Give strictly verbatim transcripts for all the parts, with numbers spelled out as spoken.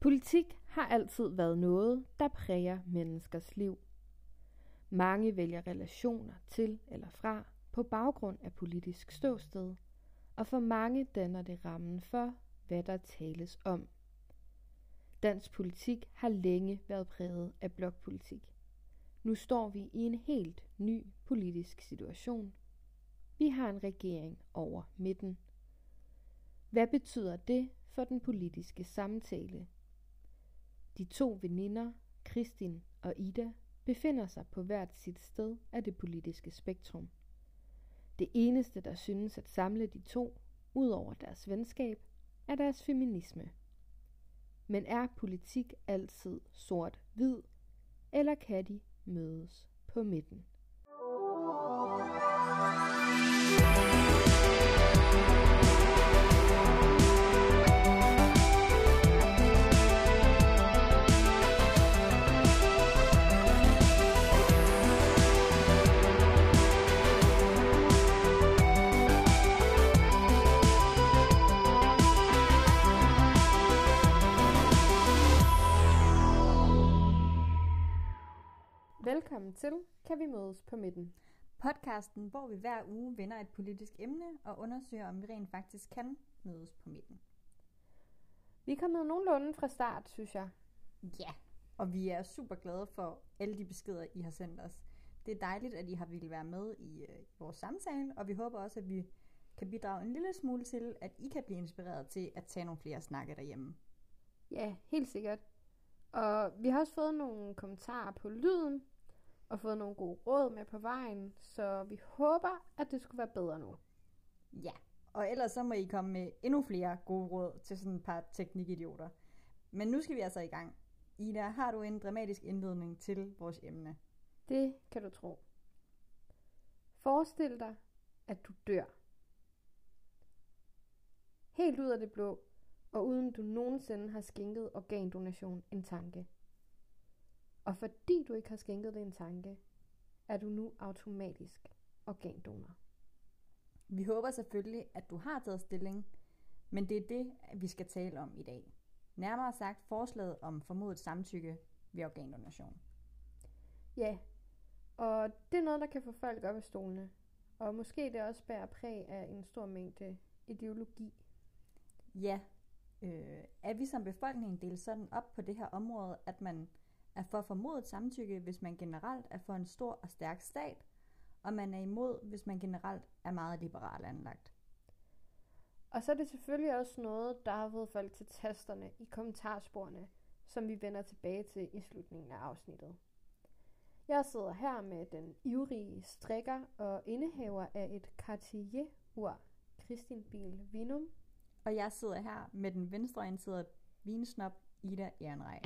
Politik har altid været noget, der præger menneskers liv. Mange vælger relationer til eller fra på baggrund af politisk ståsted, og for mange danner det rammen for, hvad der tales om. Dansk politik har længe været præget af blokpolitik. Nu står vi i en helt ny politisk situation. Vi har en regering over midten. Hvad betyder det for den politiske samtale? De to veninder, Kristin og Ida, befinder sig på hvert sit sted af det politiske spektrum. Det eneste, der synes at samle de to, ud over deres venskab, er deres feminisme. Men er politik altid sort-hvid, eller kan de mødes på midten? Velkommen til Kan vi mødes på midten? Podcasten, hvor vi hver uge vender et politisk emne og undersøger, om vi rent faktisk kan mødes på midten. Vi er kommet nogenlunde fra start, synes jeg. Ja, og vi er super glade for alle de beskeder, I har sendt os. Det er dejligt, at I har ville være med i øh, vores samtale, og vi håber også, at vi kan bidrage en lille smule til, at I kan blive inspireret til at tage nogle flere snakke derhjemme. Ja, helt sikkert. Og vi har også fået nogle kommentarer på lyden, og fået nogle gode råd med på vejen, så vi håber, at det skulle være bedre nu. Ja, og ellers så må I komme med endnu flere gode råd til sådan et par teknikidioter. Men nu skal vi altså i gang. Ida, har du en dramatisk indledning til vores emne? Det kan du tro. Forestil dig, at du dør. Helt ud af det blå, og uden du nogensinde har skænket organdonation en tanke. Og fordi du ikke har skænket det en tanke, er du nu automatisk organdonor. Vi håber selvfølgelig, at du har taget stilling, men det er det, vi skal tale om i dag. Nærmere sagt forslaget om formodet samtykke ved organdonation. Ja, og det er noget, der kan få folk op af stolene. Og måske det også bærer præg af en stor mængde ideologi. Ja, øh, er vi som befolkning delt sådan op på det her område, at man er for formodet samtykke, hvis man generelt er for en stor og stærk stat, og man er imod, hvis man generelt er meget liberalt anlagt. Og så er det selvfølgelig også noget, der har fået folk til tasterne i kommentarsporene, som vi vender tilbage til i slutningen af afsnittet. Jeg sidder her med den ivrige strikker og indehaver af et Cartier-ur, Kristin Biel Vinum. Og jeg sidder her med den venstreorienterede vinsnop Ida Ehrenrej.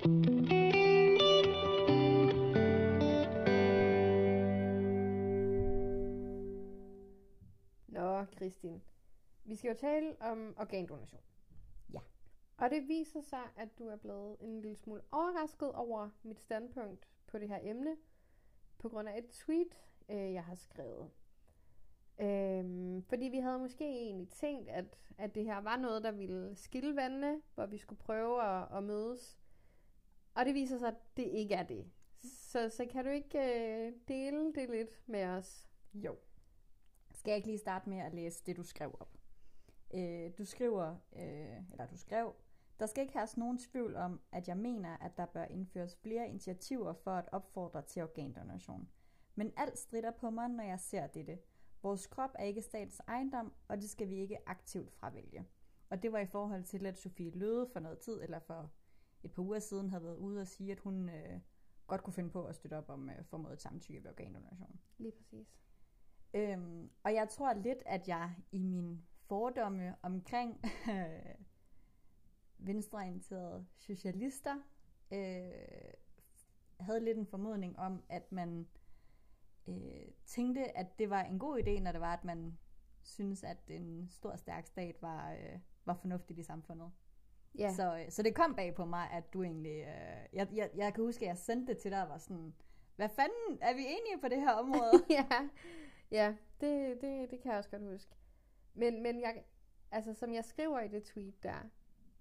Nå, Kristin. Vi skal jo tale om organdonation. Ja. Og det viser sig, at du er blevet en lille smule overrasket over mit standpunkt på det her emne, på grund af et tweet, øh, jeg har skrevet. Øhm, fordi vi havde måske egentlig tænkt, at, at det her var noget, der ville skille vandene, hvor vi skulle prøve at, at mødes. Og det viser sig, at det ikke er det. Så, så kan du ikke øh, dele det lidt med os? Jo. Skal jeg ikke lige starte med at læse det, du skrev op? Øh, du skriver, øh, eller du skrev, der skal ikke herske nogen tvivl om, at jeg mener, at der bør indføres flere initiativer for at opfordre til organdonation. Men alt stritter på mig, når jeg ser dette. Vores krop er ikke statens ejendom, og det skal vi ikke aktivt fravælge. Og det var i forhold til, at Sofie Løde for noget tid, eller for et par uger siden, havde været ude og sige, at hun øh, godt kunne finde på at støtte op om øh, formodet samtykke ved organdonation. Lige præcis. Øhm, og jeg tror lidt, at jeg i min fordomme omkring øh, venstreorienterede socialister øh, havde lidt en formodning om, at man øh, tænkte, at det var en god idé, når det var, at man synes, at en stor stærk stat var, øh, var fornuftigt i samfundet. Ja. Så, så det kom bag på mig, at du egentlig... Øh, jeg, jeg, jeg kan huske, at jeg sendte det til dig og var sådan, hvad fanden, er vi enige på det her område? ja, ja det, det, det kan jeg også godt huske. Men, men jeg, altså, som jeg skriver i det tweet der,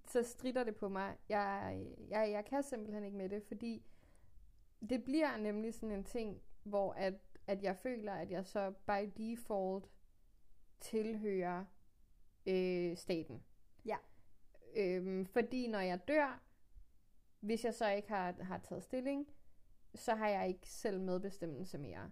så stritter det på mig. Jeg, jeg, jeg kan simpelthen ikke med det, fordi det bliver nemlig sådan en ting, hvor at, at jeg føler, at jeg så by default tilhører øh, staten. Ja. Øhm, fordi når jeg dør, hvis jeg så ikke har, har taget stilling, så har jeg ikke selv medbestemmelse mere.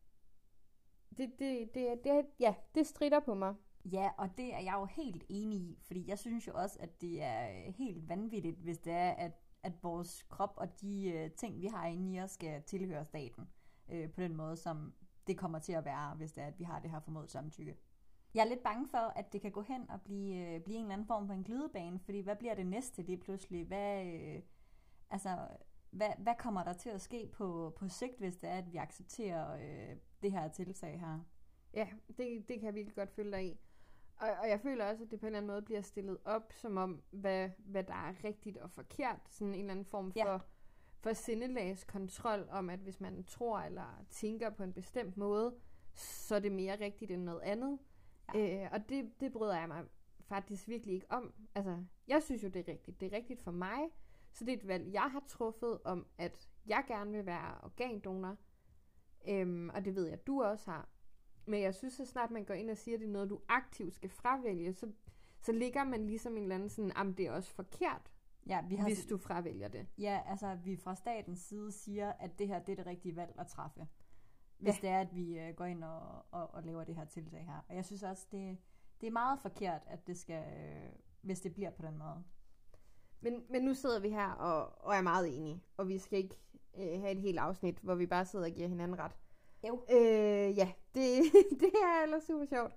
Det, det, det, det, ja, det stritter på mig. Ja, og det er jeg jo helt enig i, fordi jeg synes jo også, at det er helt vanvittigt, hvis det er, at, at vores krop og de uh, ting, vi har inde i os, skal tilhøre staten øh, på den måde, som det kommer til at være, hvis det er, at vi har det her formodet samtykke. Jeg er lidt bange for, at det kan gå hen og blive, øh, blive en eller anden form for en glidebane, fordi hvad bliver det næste lige pludselig? Hvad, øh, altså, hvad, hvad kommer der til at ske på, på sigt, hvis det er, at vi accepterer øh, det her tiltag her? Ja, det, det kan jeg virkelig godt følge dig i. Og, og jeg føler også, at det på en eller anden måde bliver stillet op, som om, hvad, hvad der er rigtigt og forkert. Sådan en eller anden form for, ja. for sindelagskontrol om, at hvis man tror eller tænker på en bestemt måde, så er det mere rigtigt end noget andet. Ja. Øh, og det, det bryder jeg mig faktisk virkelig ikke om. Altså, jeg synes jo, det er rigtigt. Det er rigtigt for mig. Så det er et valg, jeg har truffet om, at jeg gerne vil være organdonor. Øhm, og det ved jeg, at du også har. Men jeg synes, så snart man går ind og siger, at det er noget, du aktivt skal fravælge, så, så ligger man ligesom en eller anden sådan, at det er også forkert, ja, vi har hvis du fravælger det. Ja, altså vi fra statens side siger, at det her det er det rigtige valg at træffe. Hvis ja. det er, at vi øh, går ind og, og, og laver det her tiltag her. Og jeg synes også, det, det er meget forkert, at det skal, øh, hvis det bliver på den måde. Men, men nu sidder vi her og, og er meget enige, og vi skal ikke øh, have et helt afsnit, hvor vi bare sidder og giver hinanden ret. Jo. Øh, ja, det, det er ellers super sjovt.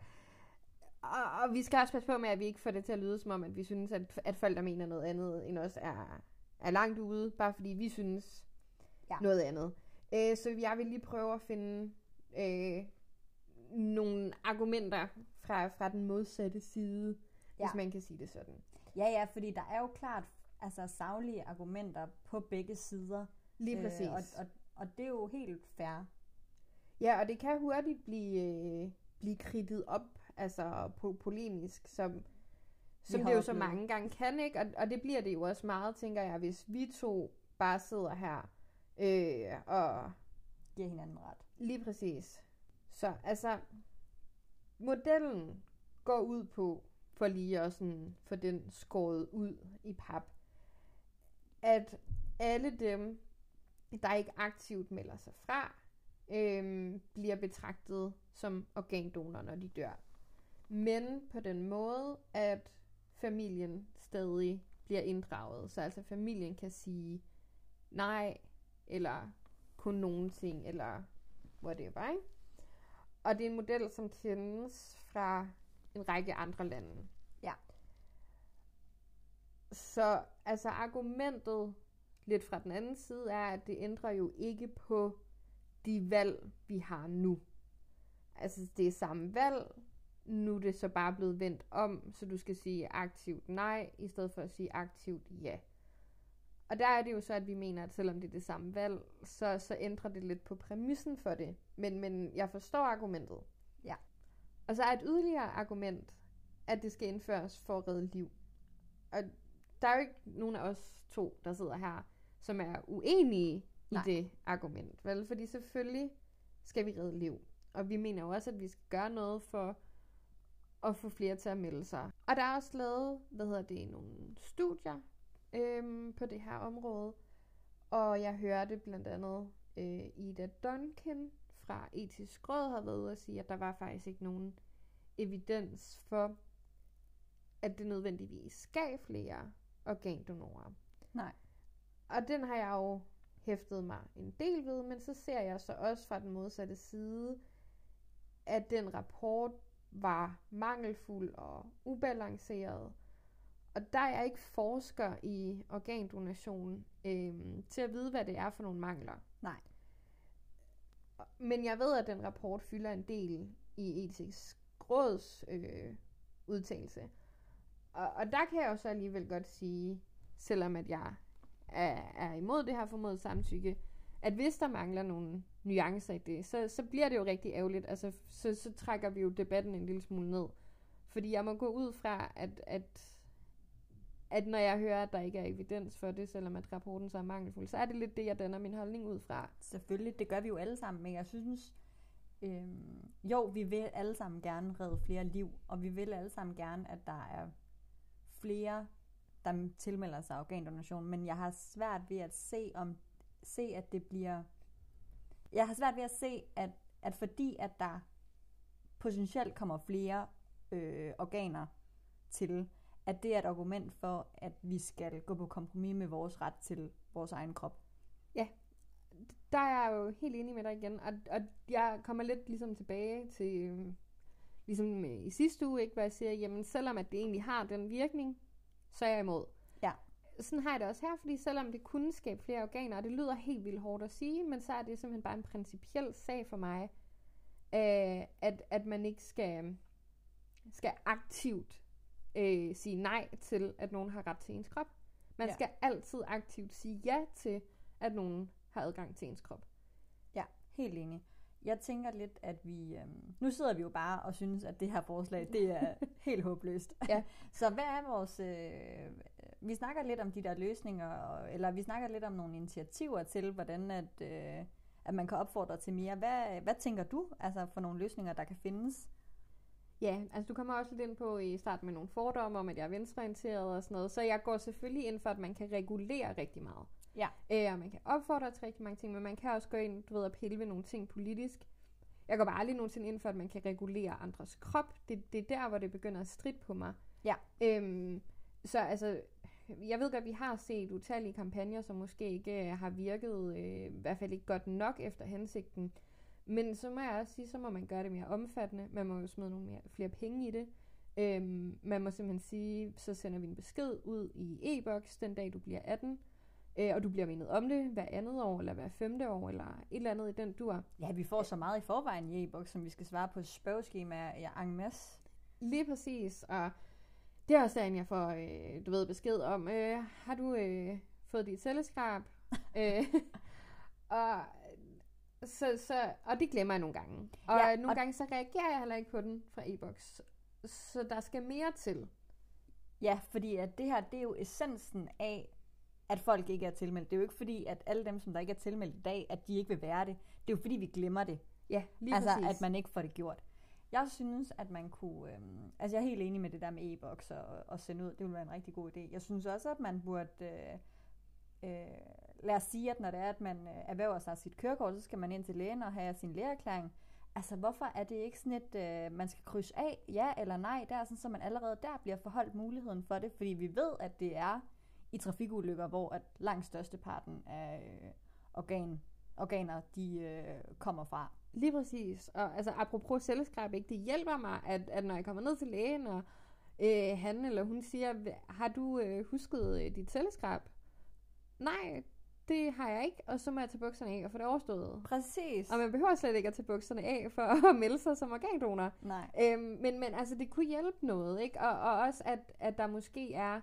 Og, og vi skal også passe på med, at vi ikke får det til at lyde som om, at vi synes, at, at folk, der mener noget andet end os, er, er langt ude, bare fordi vi synes ja. noget andet. Øh, så jeg vil lige prøve at finde øh, nogle argumenter fra, fra den modsatte side, ja. hvis man kan sige det sådan. Ja, ja, fordi der er jo klart altså, saglige argumenter på begge sider. Lige præcis. Øh, og, og, og det er jo helt fair. Ja, og det kan hurtigt blive, øh, blive kridtet op, altså på polemisk, som, som det jo så mange gange kan, ikke? Og, og det bliver det jo også meget, tænker jeg, hvis vi to bare sidder her øh, og giver hinanden ret. Lige præcis. Så altså, modellen går ud på, for lige at sådan få den skåret ud i pap, at alle dem, der ikke aktivt melder sig fra, øhm, bliver betragtet som organdonor, når de dør. Men på den måde, at familien stadig bliver inddraget. Så altså familien kan sige nej, eller kun nogle ting, eller whatever, ikke? Og det er en model, som kendes fra en række andre lande. Ja. Så altså argumentet lidt fra den anden side er, at det ændrer jo ikke på de valg, vi har nu. Altså det er samme valg, nu er det så bare blevet vendt om, så du skal sige aktivt nej, i stedet for at sige aktivt ja. Og der er det jo så, at vi mener, at selvom det er det samme valg, så, så ændrer det lidt på præmissen for det. Men, men jeg forstår argumentet. Ja. Og så er et yderligere argument, at det skal indføres for at redde liv. Og der er jo ikke nogen af os to, der sidder her, som er uenige i Nej. det argument. Vel? Fordi selvfølgelig skal vi redde liv. Og vi mener jo også, at vi skal gøre noget for at få flere til at melde sig. Og der er også lavet, hvad hedder det, nogle studier øhm, på det her område. Og jeg hørte blandt andet øh, Ida Duncan fra Etisk Råd har været ude at sige, at der var faktisk ikke nogen evidens for, at det nødvendigvis skal flere organdonorer. Nej. Og den har jeg jo hæftet mig en del ved, men så ser jeg så også fra den modsatte side, at den rapport var mangelfuld og ubalanceret. Og der er jeg ikke forsker i organdonation øh, til at vide, hvad det er for nogle mangler. Nej. Men jeg ved, at den rapport fylder en del i Etisk Råds øh, udtalelse. Og, og der kan jeg jo så alligevel godt sige, selvom at jeg er, er imod det her formodet samtykke, at hvis der mangler nogle nuancer i det, så, så bliver det jo rigtig ærgerligt. Altså, så, så trækker vi jo debatten en lille smule ned. Fordi jeg må gå ud fra, at, at, at når jeg hører, at der ikke er evidens for det, selvom at rapporten så er mangelfuld, så er det lidt det, jeg danner min holdning ud fra. Selvfølgelig, det gør vi jo alle sammen, men jeg synes, øhm, jo, vi vil alle sammen gerne redde flere liv, og vi vil alle sammen gerne, at der er flere, der tilmelder sig organdonation, men jeg har svært ved at se, om, se at det bliver... Jeg har svært ved at se, at, at fordi at der potentielt kommer flere øh, organer til, at det er et argument for, at vi skal gå på kompromis med vores ret til vores egen krop. Ja, der er jeg jo helt enig med dig igen, og, og jeg kommer lidt ligesom tilbage til, ligesom i sidste uge, ikke, hvor jeg siger, jamen selvom at det egentlig har den virkning, så er jeg imod. Ja. Sådan har jeg det også her, fordi selvom det kunne skabe flere organer, og det lyder helt vildt hårdt at sige, men så er det simpelthen bare en principiel sag for mig, øh, at, at man ikke skal, skal aktivt øh, sige nej til, at nogen har ret til ens krop. Man Ja. skal altid aktivt sige ja til, at nogen har adgang til ens krop. Ja, helt enig. Jeg tænker lidt, at vi... Øhm, nu sidder vi jo bare og synes, at det her forslag, det er helt håbløst. Ja. Så hvad er vores... Øh, vi snakker lidt om de der løsninger, og, eller vi snakker lidt om nogle initiativer til, hvordan at, øh, at man kan opfordre til mere. Hvad, hvad tænker du altså for nogle løsninger, der kan findes? Ja, altså du kommer også lidt ind på i starten med nogle fordomme om, at jeg er venstreorienteret og sådan noget, så jeg går selvfølgelig ind for, at man kan regulere rigtig meget. Ja. Øh, og man kan opfordre til rigtig mange ting, men man kan også gå ind, du ved, og pille ved nogle ting politisk. Jeg går bare aldrig nogensinde ind for, at man kan regulere andres krop. Det, det er der, hvor det begynder at stride på mig. Ja. Øhm, så altså, jeg ved godt, vi har set utallige kampagner, som måske ikke øh, har virket, øh, i hvert fald ikke godt nok efter hensigten. Men så må jeg også sige, så må man gøre det mere omfattende. Man må jo smide nogle mere, flere penge i det. Øhm, man må simpelthen sige, så sender vi en besked ud i e-boks den dag, du bliver atten. Øh, og du bliver mindet om det hver andet år, eller hver femte år, eller et eller andet i den dur. Ja, vi får så meget i forvejen i e-boks, som vi skal svare på spørgeskemaer en masse. Lige præcis, og det er også derinde, jeg får, øh, du ved, besked om, øh, har du øh, fået dit celleskrab? øh, og, så, så, og det glemmer jeg nogle gange. Og Ja, nogle og gange så reagerer jeg heller ikke på den fra e-boks. Så der skal mere til. Ja, fordi at det her, det er jo essensen af, at folk ikke er tilmeldt. Det er jo ikke fordi, at alle dem, som der ikke er tilmeldt i dag, at de ikke vil være det. Det er jo fordi, vi glemmer det. Ja, lige altså, præcis. at man ikke får det gjort. Jeg synes, at man kunne... Øhm, altså, jeg er helt enig med det der med e-boks og, og sende ud. Det ville være en rigtig god idé. Jeg synes også, at man burde... Øh, øh, lad os sige, at når det er, at man øh, erhverver sig sit kørekort, så skal man ind til lægen og have sin lægeerklæring. Altså, hvorfor er det ikke sådan et, øh, man skal krydse af, ja eller nej, der, sådan, så man allerede der bliver forholdt muligheden for det, fordi vi ved, at det er i trafikulykker, hvor at langt størsteparten af øh, organ, organer, de øh, kommer fra. Lige præcis. Og altså, apropos celleskrab, ikke, det hjælper mig, at, at når jeg kommer ned til lægen, og øh, han eller hun siger, har du øh, husket øh, dit celleskrab? Nej, det har jeg ikke, og så må jeg tage bukserne af og få det overstået. Præcis. Og man behøver slet ikke at tage bukserne af for at melde sig som organdonor. Nej. Øhm, men, men altså, det kunne hjælpe noget, ikke? Og, og også, at, at der måske er...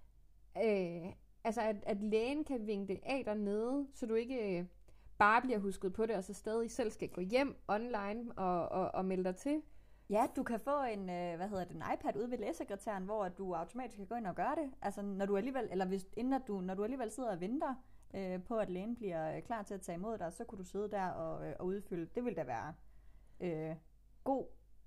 Øh, altså, at, at lægen kan vinke det af dernede, så du ikke øh, bare bliver husket på det, og så stadig selv skal gå hjem online og, og, og melde dig til. Ja, du kan få en, øh, hvad hedder det, en iPad ude ved lægesekretæren, hvor du automatisk kan gå ind og gøre det. Altså, når du alligevel, eller hvis, inden at du, når du alligevel sidder og venter øh, på, at lægen bliver øh, klar til at tage imod dig, så kunne du sidde der og, øh, og udfylde. Det ville da være øh, god,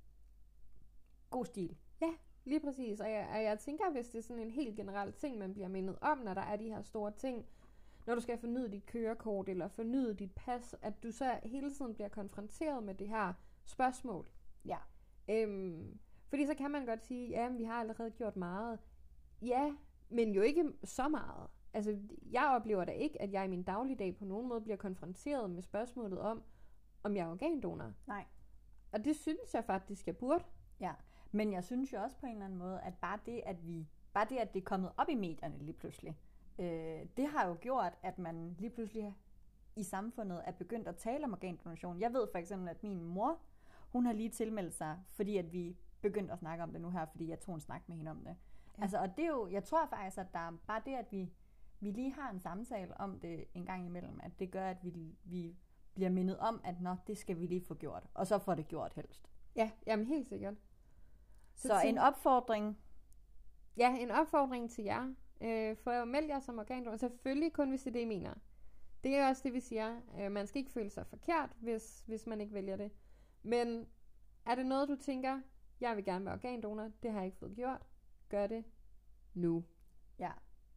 god stil. Ja, lige præcis. Og jeg, og jeg tænker, hvis det er sådan en helt generel ting, man bliver mindet om, når der er de her store ting, når du skal fornyet dit kørekort eller fornyet dit pas, at du så hele tiden bliver konfronteret med det her spørgsmål. Ja. Øhm, fordi så kan man godt sige, ja, vi har allerede gjort meget. Ja, men jo ikke så meget. Altså, jeg oplever da ikke, at jeg i min dagligdag på nogen måde bliver konfronteret med spørgsmålet om, om jeg er organdonor. Nej. Og det synes jeg faktisk, jeg burde. Ja, men jeg synes jo også på en eller anden måde, at bare det, at vi, bare det, at det er kommet op i medierne lige pludselig, øh, det har jo gjort, at man lige pludselig i samfundet er begyndt at tale om organdonation. Jeg ved for eksempel, at min mor, hun har lige tilmeldt sig, fordi at vi begyndte at snakke om det nu her, fordi jeg tog en snak med hende om det. Ja. Altså, og det er jo, jeg tror faktisk, at der er bare det, at vi, vi lige har en samtale om det en gang imellem, at det gør, at vi, vi bliver mindet om, at nå, det skal vi lige få gjort, og så får det gjort helst. Ja, jamen helt sikkert. Så, så en opfordring. Ja, en opfordring til jer, Øh, for at melde jer som organdonor. Selvfølgelig kun, hvis det er det, I mener. Det er også det, vi siger. Øh, man skal ikke føle sig forkert, hvis, hvis man ikke vælger det. Men er det noget, du tænker, jeg vil gerne være organdonor, det har jeg ikke fået gjort, gør det nu. Ja.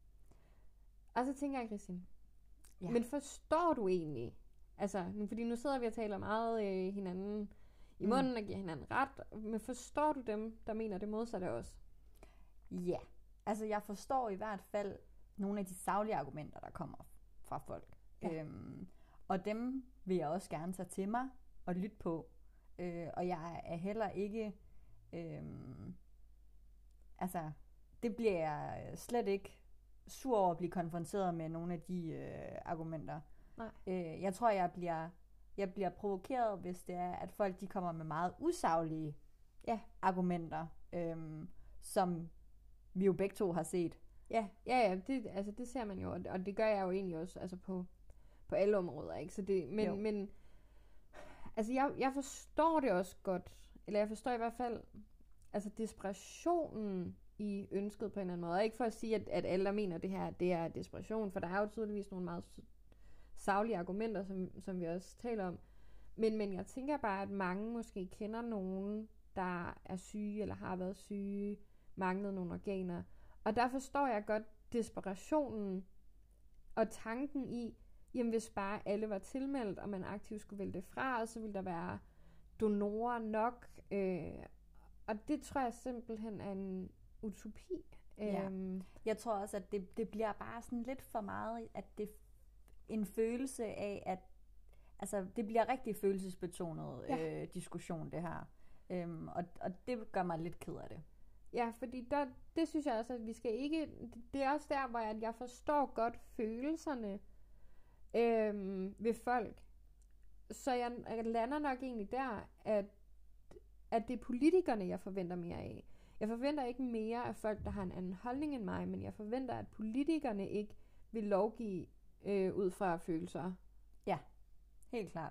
Og så tænker jeg, Christine, Ja. men forstår du egentlig, altså, nu, fordi nu sidder vi og taler meget øh, hinanden i Mm. munden og giver hinanden ret, men forstår du dem, der mener det modsatte også? Ja, altså jeg forstår i hvert fald nogle af de saglige argumenter, der kommer fra folk. Ja. Øhm, og dem vil jeg også gerne tage til mig og lytte på. Øh, og jeg er heller ikke... Øhm, altså, det bliver jeg slet ikke sur over at blive konfronteret med nogle af de øh, argumenter. Nej. Øh, jeg tror, jeg bliver, jeg bliver provokeret, hvis det er, at folk de kommer med meget usaglige Ja. argumenter, øhm, som vi jo begge to har set. Ja, ja, ja det, altså, det ser man jo, og det, og det gør jeg jo egentlig også altså på, på alle områder, ikke? Så det, Jo. men, men altså, jeg, jeg forstår det også godt, eller jeg forstår i hvert fald, altså desperationen i ønsket på en eller anden måde. Og ikke for at sige, at, at alle, der mener det her, det er desperation, for der er jo tydeligvis nogle meget saglige argumenter, som, som vi også taler om. Men, men jeg tænker bare, at mange måske kender nogen, der er syge, eller har været syge, manglet nogle organer. Og der forstår jeg godt desperationen og tanken i, jamen hvis bare alle var tilmeldt, og man aktivt skulle vælge det fra, så ville der være donorer nok. Øh, og det tror jeg simpelthen er en utopi. Ja. Øhm, Jeg tror også, at det, det bliver bare sådan lidt for meget, at det en følelse af, at altså, det bliver rigtig følelsesbetonet Ja. øh, diskussion, det her. Øhm, og, og det gør mig lidt ked af det. Ja, fordi der, det synes jeg også, at vi skal ikke... Det er også der, hvor jeg, jeg forstår godt følelserne øhm, ved folk. Så jeg, jeg lander nok egentlig der, at, at det er politikerne, jeg forventer mere af. Jeg forventer ikke mere af folk, der har en anden holdning end mig, men jeg forventer, at politikerne ikke vil lovgive øh, ud fra følelser. Helt klart.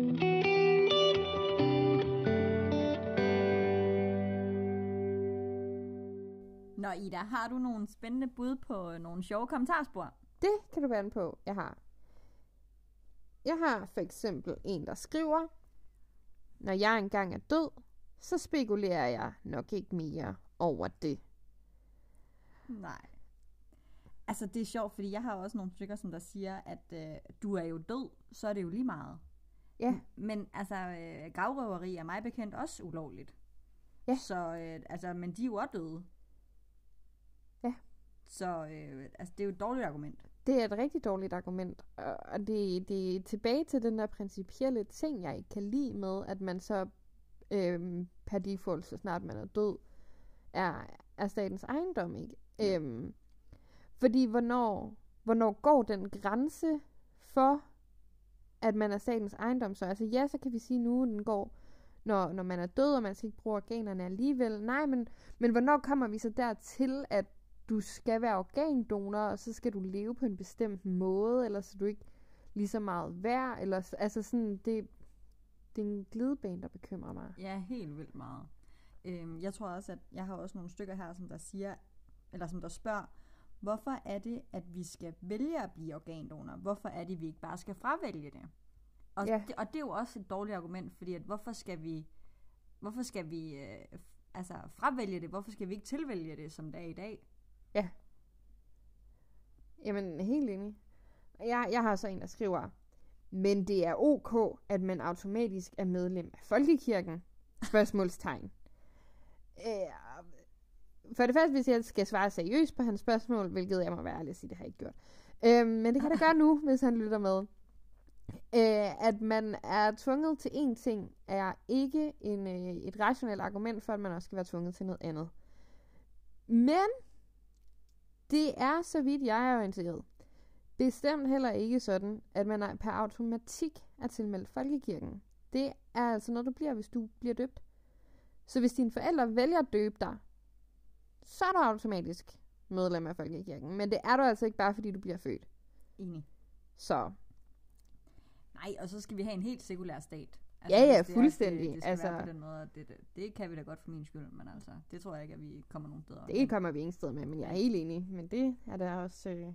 Nå Ida, har du nogle spændende bud på nogle sjove kommentarspor? Det kan du være på, jeg har. Jeg har for eksempel en, der skriver, når jeg engang er død, så spekulerer jeg nok ikke mere over det. Nej. Altså det er sjovt, fordi jeg har også nogle stykker, som der siger, at øh, du er jo død, så er det jo lige meget. Ja. Men altså, øh, gravrøveri er mig bekendt også ulovligt. Ja. Så, øh, altså, men de er jo også døde. Ja. Så, øh, altså, det er jo et dårligt argument. Det er et rigtig dårligt argument, og og det, det er tilbage til den der principielle ting, jeg ikke kan lide med, at man så øhm, per default, så snart man er død, er, er statens ejendom, ikke? Ja. Øhm, fordi hvornår, hvornår går den grænse for, at man er statens ejendom så? Altså ja, så kan vi sige nu, den går, når, når man er død, og man skal ikke bruge organerne alligevel. Nej, men, men hvornår kommer vi så dertil, at du skal være organdonor, og så skal du leve på en bestemt måde, eller så er du ikke lige så meget værd, eller altså sådan, det, det er en glidebane, der bekymrer mig. Ja, helt vildt meget. Øhm, jeg tror også, at jeg har også nogle stykker her, som der siger, eller som der spørger, hvorfor er det, at vi skal vælge at blive organdonor? Hvorfor er det, at vi ikke bare skal fravælge det? Og, Ja. det, og det er jo også et dårligt argument, fordi at hvorfor skal vi, hvorfor skal vi øh, altså fravælge det? Hvorfor skal vi ikke tilvælge det, som det er i dag? Jamen, helt enig. Jeg, jeg har så en, der skriver, men det er ok, at man automatisk er medlem af Folkekirken? Spørgsmålstegn. Øh, For det første, hvis jeg skal svare seriøst på hans spørgsmål, hvilket jeg må være ærlig at sige, det har jeg ikke gjort. Øh, men det kan jeg gøre nu, hvis han lytter med. Øh, at man er tvunget til én ting, er ikke en, øh, et rationelt argument for, at man også skal være tvunget til noget andet. Men det er, så vidt jeg er orienteret, bestemt heller ikke sådan, at man per automatik er tilmeldt Folkekirken. Det er altså noget, du bliver, hvis du bliver døbt. Så hvis dine forældre vælger at døbe dig, så er du automatisk medlem af Folkekirken. Men det er du altså ikke bare, fordi du bliver født. Enig. Så Nej, og så skal vi have en helt sekulær stat. Altså, ja, ja, hvis det er, fuldstændig. Det, det skal altså, være på den måde, det, det, det kan vi da godt for min skyld, men altså, det tror jeg ikke, at vi kommer nogen steder. Det kommer vi ingen steder med, men jeg er helt enig. Men det er da også øh,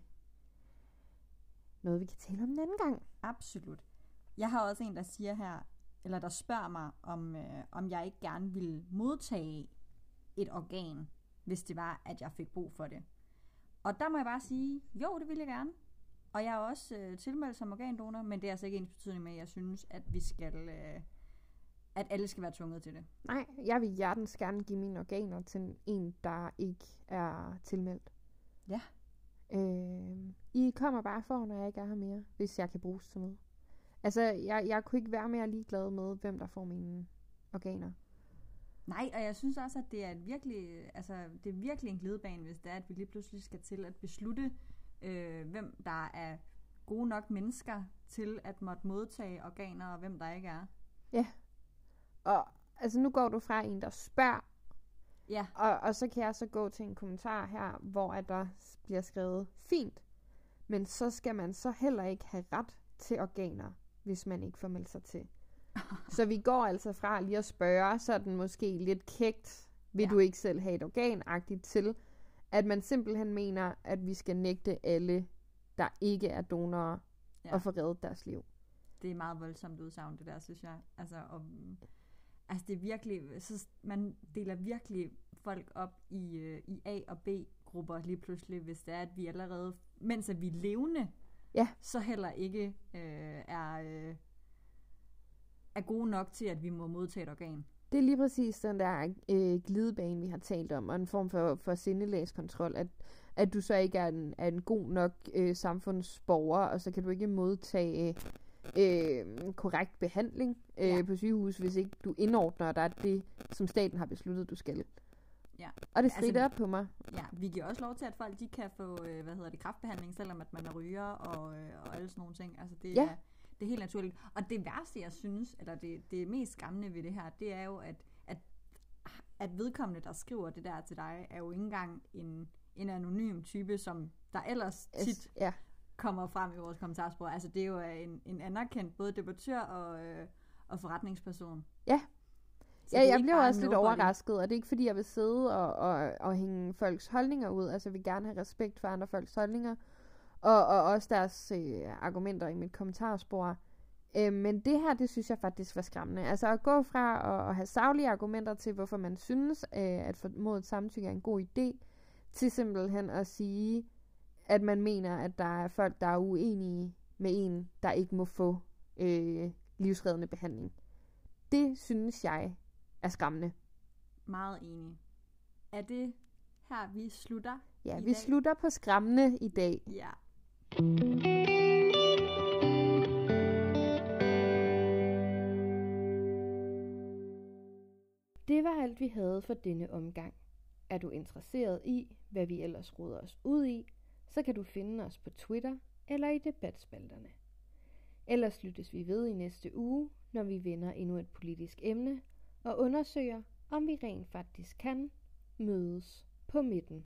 noget, vi kan tale om en anden gang. Absolut. Jeg har også en, der siger her, eller der spørger mig, om, øh, om jeg ikke gerne ville modtage et organ, hvis det var, at jeg fik brug for det. Og der må jeg bare sige, jo, det vil jeg gerne. Og jeg er også øh, tilmeldt som organdonor, men det er altså ikke ens betydning med, at jeg synes, at vi skal, øh, at alle skal være tvunget til det. Nej, jeg vil hjertens gerne give mine organer til en, der ikke er tilmeldt. Ja. Øh, I kommer bare for, når jeg ikke er her mere, hvis jeg kan bruges til noget. Altså, jeg, jeg kunne ikke være mere ligeglad med, hvem der får mine organer. Nej, og jeg synes også, at det er et virkelig, altså, det er virkelig en glidebane, hvis det er, at vi lige pludselig skal til at beslutte, øh, hvem der er gode nok mennesker til at måtte modtage organer, og hvem der ikke er. Ja. Og altså, nu går du fra en, der spørger, ja. og, og så kan jeg så gå til en kommentar her, hvor at der bliver skrevet fint, men så skal man så heller ikke have ret til organer, hvis man ikke får meldt sig til. Så vi går altså fra lige at spørge, så den måske lidt kægt, vil ja. Du ikke selv have et organ-agtigt, til, at man simpelthen mener, at vi skal nægte alle, der ikke er donorer, ja. At få reddet deres liv. Det er meget voldsomt udsagn, det der, synes jeg. Altså, og, altså det er virkelig, så man deler virkelig folk op i, øh, i A- og B-grupper lige pludselig, hvis det er, at vi allerede, mens at vi er levende, ja. Så heller ikke øh, er... Øh, er gode nok til, at vi må modtage et organ. Det er lige præcis den der øh, glidebane, vi har talt om, og en form for, for sindelægskontrol, at, at du så ikke er en, er en god nok øh, samfundsborger, og så kan du ikke modtage øh, korrekt behandling øh, ja. På sygehus, hvis ikke du indordner dig det, som staten har besluttet, du skal. Ja. Og det strider altså, op på mig. Ja, vi giver også lov til, at folk de kan få øh, hvad hedder det, kræftbehandling, selvom at man er ryger og, øh, og alle sådan nogle ting. Altså det ja. er Det er helt naturligt. Og det værste, jeg synes, eller det, det mest skræmmende ved det her, det er jo, at, at, at vedkommende, der skriver det der til dig, er jo ikke engang en, en anonym type, som der ellers tit ja. kommer frem i vores kommentarspor. Altså det er jo en, en anerkendt både debattør og, øh, og forretningsperson. Ja. Ja, jeg blev også lidt overrasket, og det er ikke fordi, jeg vil sidde og, og, og hænge folks holdninger ud. Altså jeg vil gerne have respekt for andre folks holdninger. Og, og også deres øh, argumenter i mit kommentarspor. Øh, men det her, det synes jeg faktisk var skræmmende. Altså at gå fra at, at have saglige argumenter til, hvorfor man synes, øh, at formodet samtykke er en god idé, til simpelthen at sige, at man mener, at der er folk, der er uenige med en, der ikke må få øh, livsreddende behandling. Det synes jeg er skræmmende. Meget enig. Er det her, vi slutter? Ja, vi dag? slutter på skræmmende i dag. Ja. Det var alt, vi havde for denne omgang. Er du interesseret i, hvad vi ellers roder os ud i, så kan du finde os på Twitter eller i debatspalterne. Ellers lyttes vi ved i næste uge, når vi vender endnu et politisk emne og undersøger, om vi rent faktisk kan mødes på midten.